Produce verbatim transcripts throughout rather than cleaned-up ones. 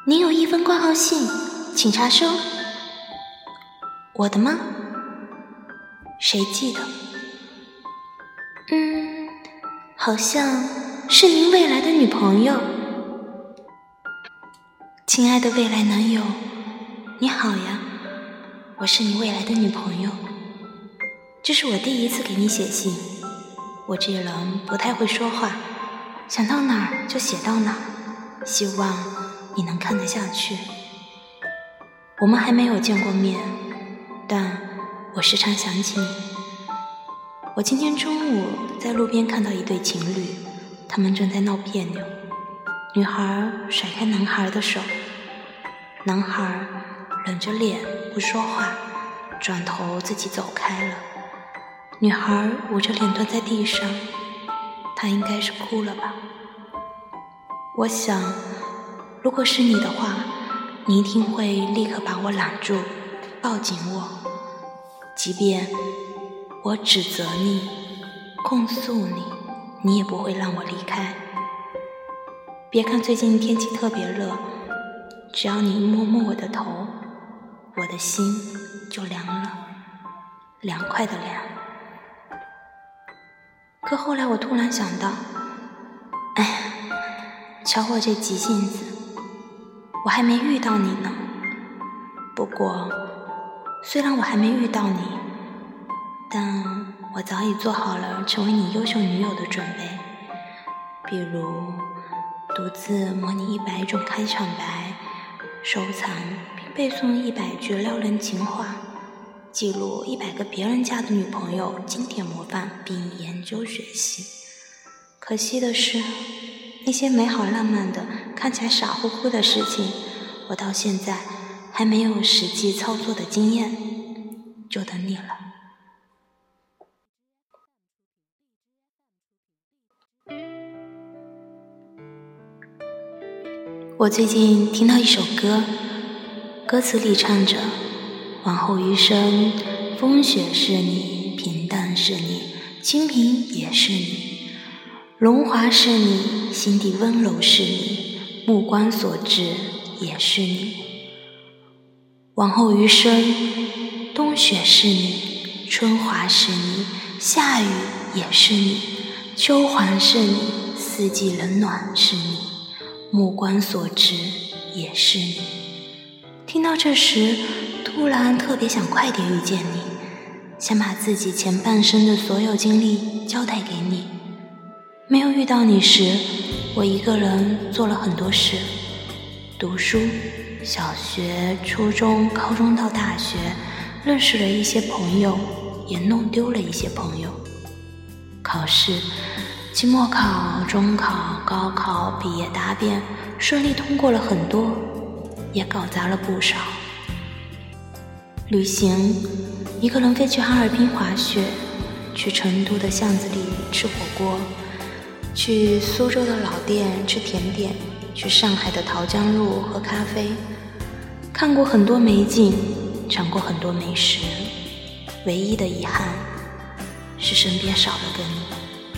您有一封挂号信，请查收。我的吗？谁寄的？嗯，好像是您未来的女朋友。亲爱的未来男友，你好呀，我是你未来的女朋友。这是我第一次给你写信，我这人不太会说话，想到哪儿就写到哪儿，希望你能看得下去。我们还没有见过面，但我时常想起你。我今天中午在路边看到一对情侣，他们正在闹别扭，女孩甩开男孩的手，男孩冷着脸不说话，转头自己走开了。女孩捂着脸蹲在地上，她应该是哭了吧。我想如果是你的话，你一定会立刻把我揽住，抱紧我，即便我指责你，控诉你，你也不会让我离开。别看最近天气特别热，只要你摸摸我的头，我的心就凉了，凉快的凉。可后来我突然想到，哎呀，瞧我这急性子，我还没遇到你呢。不过虽然我还没遇到你，但我早已做好了成为你优秀女友的准备，比如独自模拟一百种开场白，收藏并背诵一百句撩人情话，记录一百个别人家的女朋友经典模范，并研究学习。可惜的是，那些美好浪漫的看起来傻乎乎的事情，我到现在还没有实际操作的经验，就等你了。我最近听到一首歌，歌词里唱着，往后余生，风雪是你，平淡是你，清贫也是你，荣华是你，心底温柔是你，目光所至也是你。往后余生，冬雪是你，春华是你，夏雨也是你，秋黄是你，四季冷暖是你，目光所至也是你。听到这时，突然特别想快点遇见你，想把自己前半生的所有经历交代给你。没有遇到你时，我一个人做了很多事，读书，小学、初中、高中到大学，认识了一些朋友，也弄丢了一些朋友。考试，期末考、中考、高考、毕业答辩，顺利通过了很多，也搞砸了不少。旅行，一个人飞去哈尔滨滑雪，去成都的巷子里吃火锅，去苏州的老店吃甜点，去上海的桃江路喝咖啡，看过很多美景，尝过很多美食，唯一的遗憾是身边少了个你。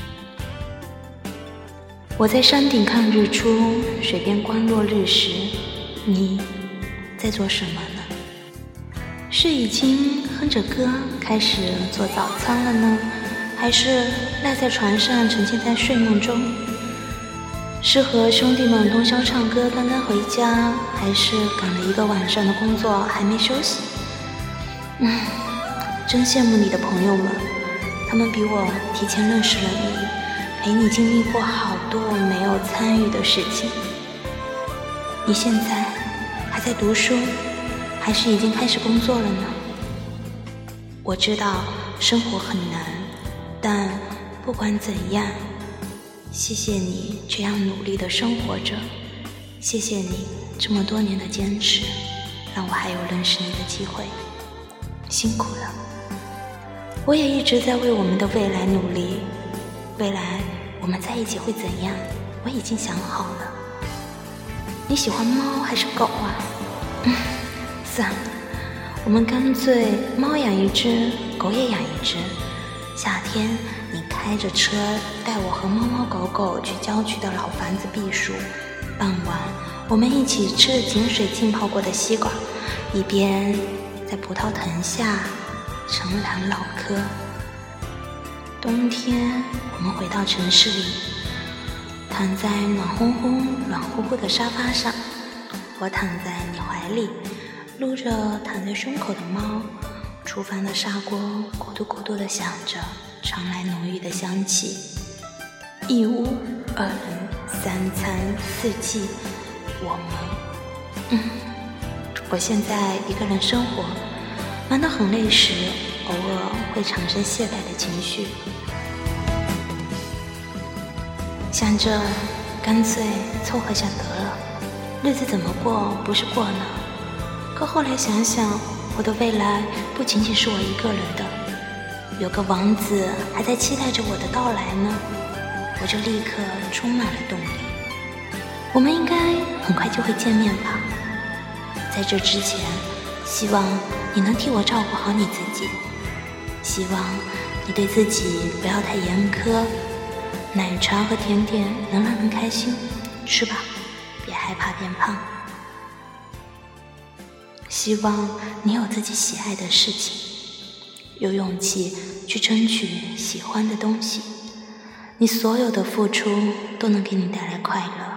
我在山顶看日出，水边观落日食，你在做什么呢？是已经哼着歌开始做早餐了呢，还是赖在床上沉浸在睡梦中？是和兄弟们通宵唱歌刚刚回家，还是赶了一个晚上的工作还没休息？嗯，真羡慕你的朋友们，他们比我提前认识了你，陪你经历过好多我没有参与的事情。你现在还在读书，还是已经开始工作了呢？我知道生活很难，但不管怎样，谢谢你这样努力的生活着，谢谢你这么多年的坚持，让我还有认识你的机会，辛苦了。我也一直在为我们的未来努力，未来我们在一起会怎样，我已经想好了。你喜欢猫还是狗啊？嗯，算了，我们干脆猫养一只，狗也养一只。夏天你开着车带我和猫猫狗狗去郊区的老房子避暑，傍晚我们一起吃井水浸泡过的西瓜，一边在葡萄藤下沉蓝老柯。冬天我们回到城市里，躺在暖烘烘软乎乎的沙发上，我躺在你怀里，撸着躺在胸口的猫，厨房的砂锅咕嘟咕嘟地响着，传来浓郁的香气。一屋二人，三餐四季，我们嗯，我现在一个人生活，忙得很累时，偶尔会产生懈怠的情绪，想着干脆凑合下得了，日子怎么过不是过呢？可后来想想，我的未来不仅仅是我一个人的，有个王子还在期待着我的到来呢。我就立刻充满了动力。我们应该很快就会见面吧？在这之前，希望你能替我照顾好你自己，希望你对自己不要太严苛，奶茶和甜点能让人开心，吃吧，别害怕变胖。希望你有自己喜爱的事情，有勇气去争取喜欢的东西，你所有的付出都能给你带来快乐。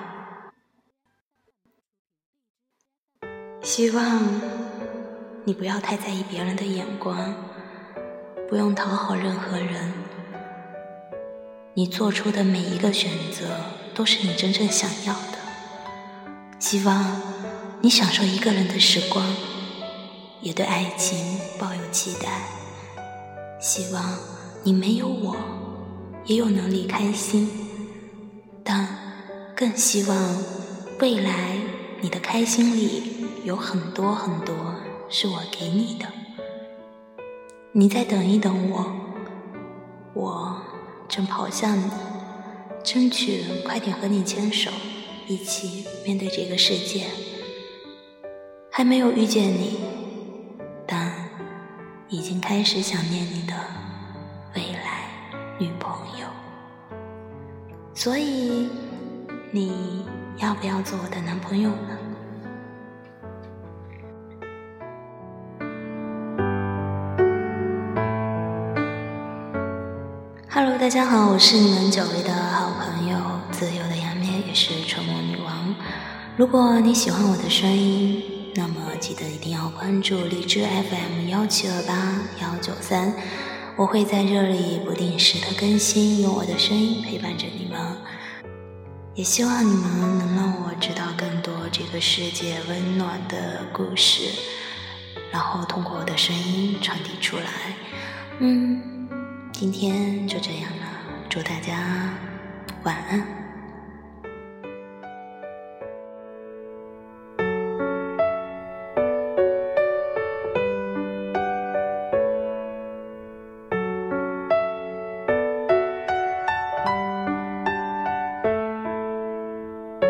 希望你不要太在意别人的眼光，不用讨好任何人，你做出的每一个选择都是你真正想要的。希望你享受一个人的时光，也对爱情抱有期待。希望你没有我也有能力开心，但更希望未来你的开心里有很多很多是我给你的。你再等一等我，我正跑向你，争取快点和你牵手，一起面对这个世界。还没有遇见你，但已经开始想念你的未来女朋友。所以你要不要做我的男朋友呢？Hello， 大家好，我是你们久违的好朋友，自由的杨咩，也是沉默女王。如果你喜欢我的声音，那么记得一定要关注荔枝 F M 一七二八一九三，我会在这里不定时的更新，用我的声音陪伴着你们。也希望你们能让我知道更多这个世界温暖的故事，然后通过我的声音传递出来。嗯，今天就这样了，祝大家晚安。